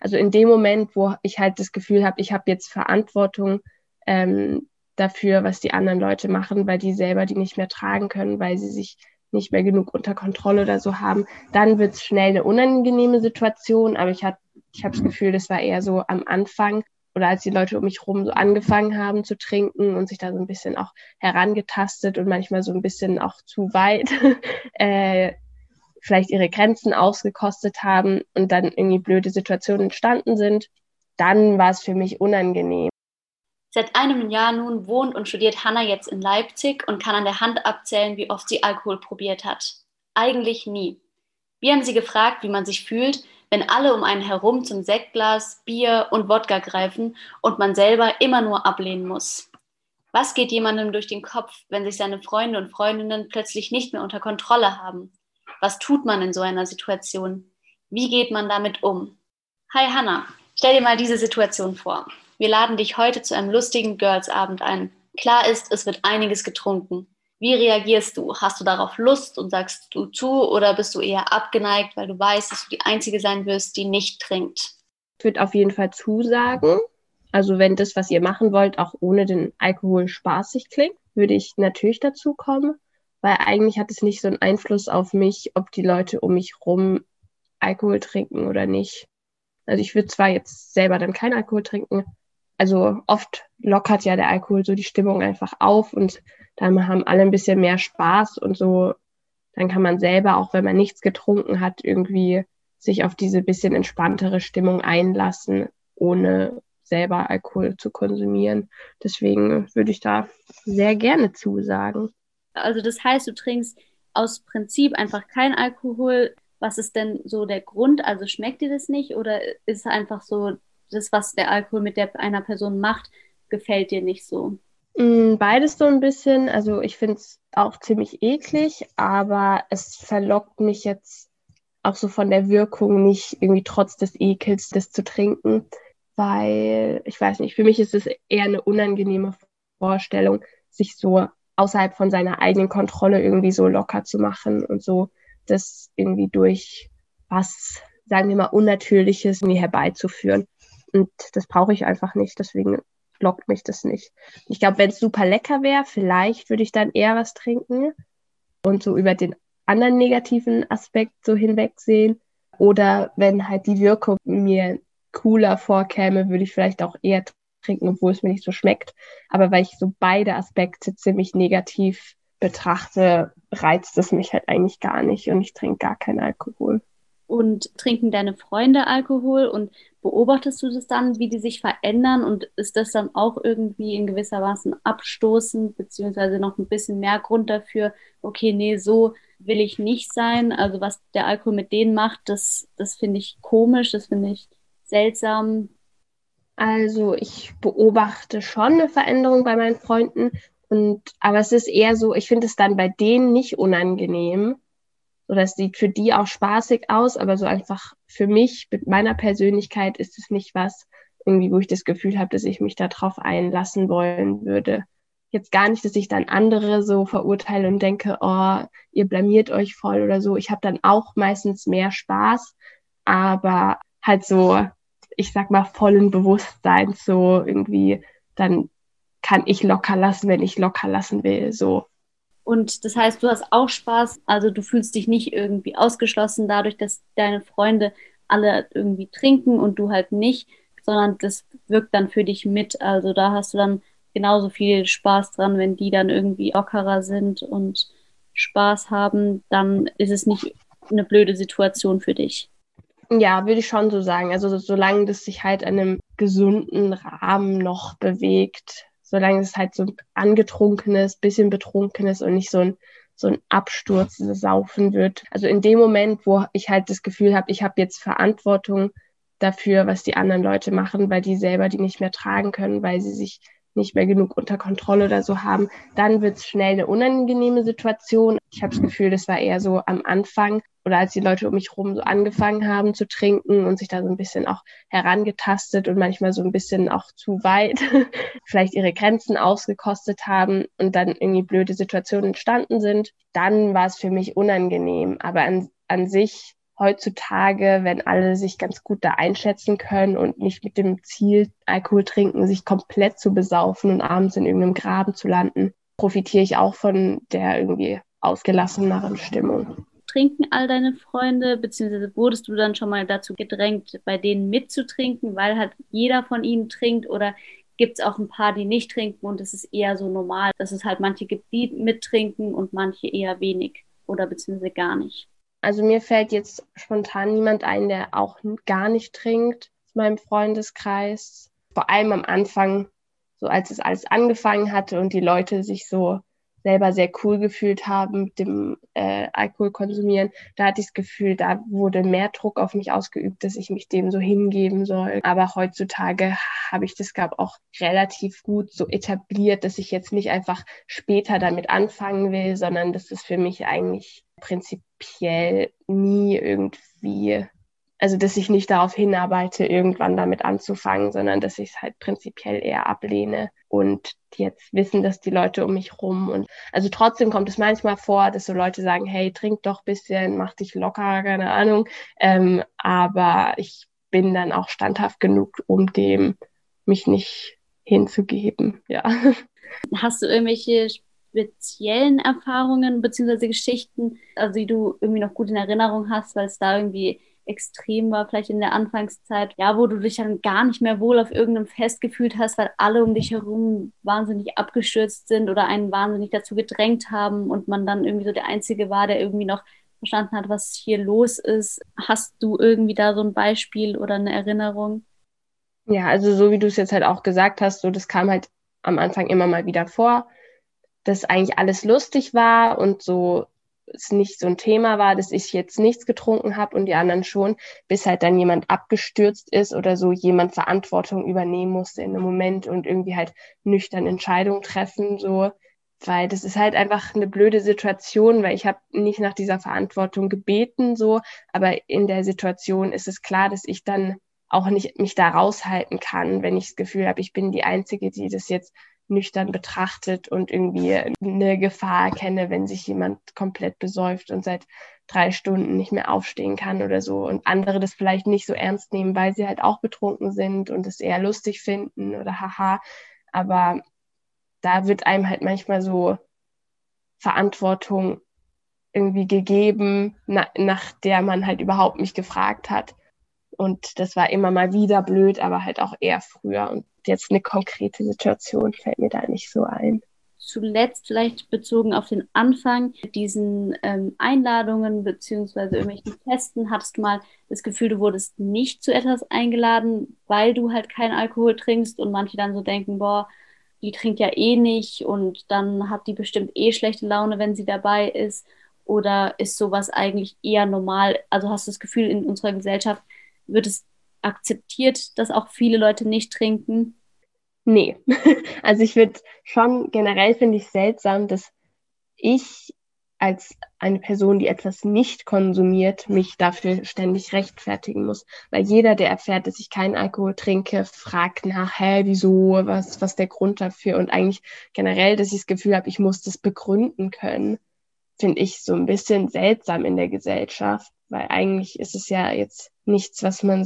Also in dem Moment, wo ich halt das Gefühl habe, ich habe jetzt Verantwortung dafür, was die anderen Leute machen, weil die selber die nicht mehr tragen können, weil sie sich nicht mehr genug unter Kontrolle oder so haben, dann wird es schnell eine unangenehme Situation. Aber ich habe das Gefühl, das war eher so am Anfang oder als die Leute um mich rum so angefangen haben zu trinken und sich da so ein bisschen auch herangetastet und manchmal so ein bisschen auch zu weit vielleicht ihre Grenzen ausgekostet haben und dann irgendwie blöde Situationen entstanden sind, dann war es für mich unangenehm. Seit einem Jahr nun wohnt und studiert Hannah jetzt in Leipzig und kann an der Hand abzählen, wie oft sie Alkohol probiert hat. Eigentlich nie. Wir haben sie gefragt, wie man sich fühlt, wenn alle um einen herum zum Sektglas, Bier und Wodka greifen und man selber immer nur ablehnen muss. Was geht jemandem durch den Kopf, wenn sich seine Freunde und Freundinnen plötzlich nicht mehr unter Kontrolle haben? Was tut man in so einer Situation? Wie geht man damit um? Hi Hannah, stell dir mal diese Situation vor. Wir laden dich heute zu einem lustigen Girls-Abend ein. Klar ist, es wird einiges getrunken. Wie reagierst du? Hast du darauf Lust und sagst du zu oder bist du eher abgeneigt, weil du weißt, dass du die Einzige sein wirst, die nicht trinkt? Ich würde auf jeden Fall zusagen. Also wenn das, was ihr machen wollt, auch ohne den Alkohol spaßig klingt, würde ich natürlich dazu kommen, weil eigentlich hat es nicht so einen Einfluss auf mich, ob die Leute um mich rum Alkohol trinken oder nicht. Also ich würde zwar jetzt selber dann keinen Alkohol trinken, also oft lockert ja der Alkohol so die Stimmung einfach auf und dann haben alle ein bisschen mehr Spaß und so, dann kann man selber, auch wenn man nichts getrunken hat, irgendwie sich auf diese bisschen entspanntere Stimmung einlassen, ohne selber Alkohol zu konsumieren. Deswegen würde ich da sehr gerne zusagen. Also das heißt, du trinkst aus Prinzip einfach kein Alkohol. Was ist denn so der Grund? Also schmeckt dir das nicht oder ist einfach so, das, was der Alkohol mit einer Person macht, gefällt dir nicht so? Beides so ein bisschen. Also ich finde es auch ziemlich eklig, aber es verlockt mich jetzt auch so von der Wirkung nicht irgendwie trotz des Ekels das zu trinken, weil ich weiß nicht, für mich ist es eher eine unangenehme Vorstellung, sich so außerhalb von seiner eigenen Kontrolle irgendwie so locker zu machen und so das irgendwie durch was, sagen wir mal, Unnatürliches irgendwie herbeizuführen. Und das brauche ich einfach nicht, deswegen lockt mich das nicht. Ich glaube, wenn es super lecker wäre, vielleicht würde ich dann eher was trinken und so über den anderen negativen Aspekt so hinwegsehen. Oder wenn halt die Wirkung mir cooler vorkäme, würde ich vielleicht auch eher trinken, obwohl es mir nicht so schmeckt. Aber weil ich so beide Aspekte ziemlich negativ betrachte, reizt es mich halt eigentlich gar nicht und ich trinke gar keinen Alkohol. Und trinken deine Freunde Alkohol und beobachtest du das dann, wie die sich verändern und ist das dann auch irgendwie in gewisser Weise abstoßend, beziehungsweise noch ein bisschen mehr Grund dafür, okay, nee, so will ich nicht sein. Also was der Alkohol mit denen macht, das finde ich komisch, das finde ich seltsam. Also ich beobachte schon eine Veränderung bei meinen Freunden aber es ist eher so, ich finde es dann bei denen nicht unangenehm. So, das sieht für die auch spaßig aus, aber so einfach für mich mit meiner Persönlichkeit ist es nicht was, irgendwie, wo ich das Gefühl habe, dass ich mich darauf einlassen wollen würde. Jetzt gar nicht, dass ich dann andere so verurteile und denke, oh, ihr blamiert euch voll oder so. Ich habe dann auch meistens mehr Spaß, aber halt so, ich sag mal, vollen Bewusstsein, so irgendwie, dann kann ich locker lassen, wenn ich locker lassen will, so. Und das heißt, du hast auch Spaß, also du fühlst dich nicht irgendwie ausgeschlossen dadurch, dass deine Freunde alle irgendwie trinken und du halt nicht, sondern das wirkt dann für dich mit. Also da hast du dann genauso viel Spaß dran, wenn die dann irgendwie lockerer sind und Spaß haben, dann ist es nicht eine blöde Situation für dich. Ja, würde ich schon so sagen. Also solange das sich halt in einem gesunden Rahmen noch bewegt, solange es halt so ein angetrunkenes, bisschen betrunkenes und nicht so ein Absturz, Saufen wird. Also in dem Moment, wo ich halt das Gefühl habe, ich habe jetzt Verantwortung dafür, was die anderen Leute machen, weil die selber die nicht mehr tragen können, weil sie sich nicht mehr genug unter Kontrolle oder so haben, dann wird es schnell eine unangenehme Situation. Ich habe das Gefühl, das war eher so am Anfang oder als die Leute um mich rum so angefangen haben zu trinken und sich da so ein bisschen auch herangetastet und manchmal so ein bisschen auch zu weit vielleicht ihre Grenzen ausgekostet haben und dann irgendwie blöde Situationen entstanden sind, dann war es für mich unangenehm. Aber an sich heutzutage, wenn alle sich ganz gut da einschätzen können und nicht mit dem Ziel, Alkohol trinken, sich komplett zu besaufen und abends in irgendeinem Graben zu landen, profitiere ich auch von der irgendwie ausgelasseneren Stimmung. Trinken all deine Freunde, beziehungsweise wurdest du dann schon mal dazu gedrängt, bei denen mitzutrinken, weil halt jeder von ihnen trinkt, oder gibt es auch ein paar, die nicht trinken und es ist eher so normal, dass es halt manche gibt, die mittrinken und manche eher wenig oder beziehungsweise gar nicht? Also mir fällt jetzt spontan niemand ein, der auch gar nicht trinkt aus meinem Freundeskreis. Vor allem am Anfang, so als es alles angefangen hatte und die Leute sich so selber sehr cool gefühlt haben mit dem Alkohol konsumieren, da hatte ich das Gefühl, da wurde mehr Druck auf mich ausgeübt, dass ich mich dem so hingeben soll. Aber heutzutage habe ich das, glaube ich, auch relativ gut so etabliert, dass ich jetzt nicht einfach später damit anfangen will, sondern dass es für mich eigentlich prinzipiell nie irgendwie, also dass ich nicht darauf hinarbeite, irgendwann damit anzufangen, sondern dass ich es halt prinzipiell eher ablehne und jetzt wissen das die Leute um mich rum. Und also trotzdem kommt es manchmal vor, dass so Leute sagen, hey, trink doch ein bisschen, mach dich locker, keine Ahnung. Aber ich bin dann auch standhaft genug, um dem mich nicht hinzugeben, ja. Hast du irgendwelche speziellen Erfahrungen beziehungsweise Geschichten, also die du irgendwie noch gut in Erinnerung hast, weil es da irgendwie extrem war, vielleicht in der Anfangszeit, ja, wo du dich dann gar nicht mehr wohl auf irgendeinem Fest gefühlt hast, weil alle um dich herum wahnsinnig abgestürzt sind oder einen wahnsinnig dazu gedrängt haben und man dann irgendwie so der Einzige war, der irgendwie noch verstanden hat, was hier los ist. Hast du irgendwie da so ein Beispiel oder eine Erinnerung? Ja, also so wie du es jetzt halt auch gesagt hast, so das kam halt am Anfang immer mal wieder vor, dass eigentlich alles lustig war und so es nicht so ein Thema war, dass ich jetzt nichts getrunken habe und die anderen schon, bis halt dann jemand abgestürzt ist oder so jemand Verantwortung übernehmen musste in einem Moment und irgendwie halt nüchtern Entscheidungen treffen, so, weil das ist halt einfach eine blöde Situation, weil ich habe nicht nach dieser Verantwortung gebeten, so, aber in der Situation ist es klar, dass ich dann auch nicht mich da raushalten kann, wenn ich das Gefühl habe, ich bin die Einzige, die das jetzt nüchtern betrachtet und irgendwie eine Gefahr erkenne, wenn sich jemand komplett besäuft und seit 3 Stunden nicht mehr aufstehen kann oder so und andere das vielleicht nicht so ernst nehmen, weil sie halt auch betrunken sind und es eher lustig finden oder haha. Aber da wird einem halt manchmal so Verantwortung irgendwie gegeben, nach der man halt überhaupt nicht gefragt hat. Und das war immer mal wieder blöd, aber halt auch eher früher. Und jetzt eine konkrete Situation fällt mir da nicht so ein. Zuletzt vielleicht bezogen auf den Anfang mit diesen Einladungen beziehungsweise irgendwelchen Festen, hattest du mal das Gefühl, du wurdest nicht zu etwas eingeladen, weil du halt keinen Alkohol trinkst und manche dann so denken, boah, die trinkt ja eh nicht und dann hat die bestimmt eh schlechte Laune, wenn sie dabei ist, oder ist sowas eigentlich eher normal? Also hast du das Gefühl, in unserer Gesellschaft wird es akzeptiert, dass auch viele Leute nicht trinken? Nee, also ich würde schon generell finde ich seltsam, dass ich als eine Person, die etwas nicht konsumiert, mich dafür ständig rechtfertigen muss. Weil jeder, der erfährt, dass ich keinen Alkohol trinke, fragt nach, hä, wieso, was der Grund dafür? Und eigentlich generell, dass ich das Gefühl habe, ich muss das begründen können, finde ich so ein bisschen seltsam in der Gesellschaft, weil eigentlich ist es ja jetzt nichts, was man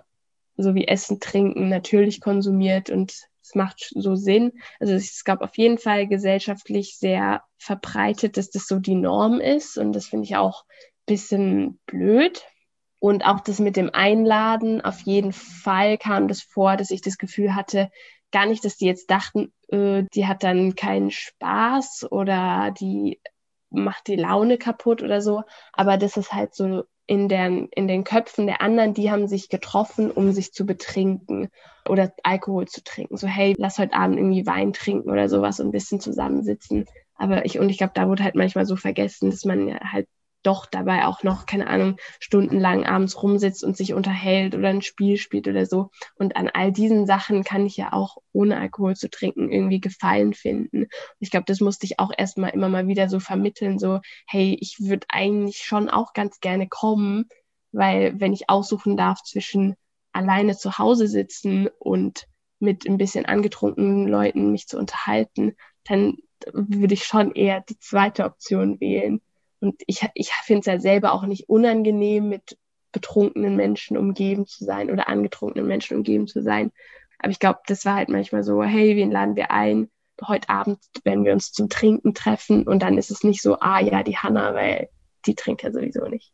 so wie Essen, Trinken natürlich konsumiert und es macht so Sinn. Also es gab auf jeden Fall gesellschaftlich sehr verbreitet, dass das so die Norm ist und das finde ich auch ein bisschen blöd. Und auch das mit dem Einladen, auf jeden Fall kam das vor, dass ich das Gefühl hatte, gar nicht, dass die jetzt dachten, die hat dann keinen Spaß oder die macht die Laune kaputt oder so, aber das ist halt so in den Köpfen der anderen, die haben sich getroffen, um sich zu betrinken oder Alkohol zu trinken. So, hey, lass heute Abend irgendwie Wein trinken oder sowas und ein bisschen zusammensitzen. Aber ich glaube, da wurde halt manchmal so vergessen, dass man ja halt doch dabei auch noch, keine Ahnung, stundenlang abends rumsitzt und sich unterhält oder ein Spiel spielt oder so. Und an all diesen Sachen kann ich ja auch ohne Alkohol zu trinken irgendwie Gefallen finden. Und ich glaube, das musste ich auch erstmal immer mal wieder so vermitteln, so, hey, ich würde eigentlich schon auch ganz gerne kommen, weil wenn ich aussuchen darf zwischen alleine zu Hause sitzen und mit ein bisschen angetrunkenen Leuten mich zu unterhalten, dann würde ich schon eher die zweite Option wählen. Und ich finde es ja selber auch nicht unangenehm, mit betrunkenen Menschen umgeben zu sein oder angetrunkenen Menschen umgeben zu sein. Aber ich glaube, das war halt manchmal so, hey, wen laden wir ein? Heute Abend werden wir uns zum Trinken treffen und dann ist es nicht so, ah ja, die Hannah, weil die trinkt ja sowieso nicht.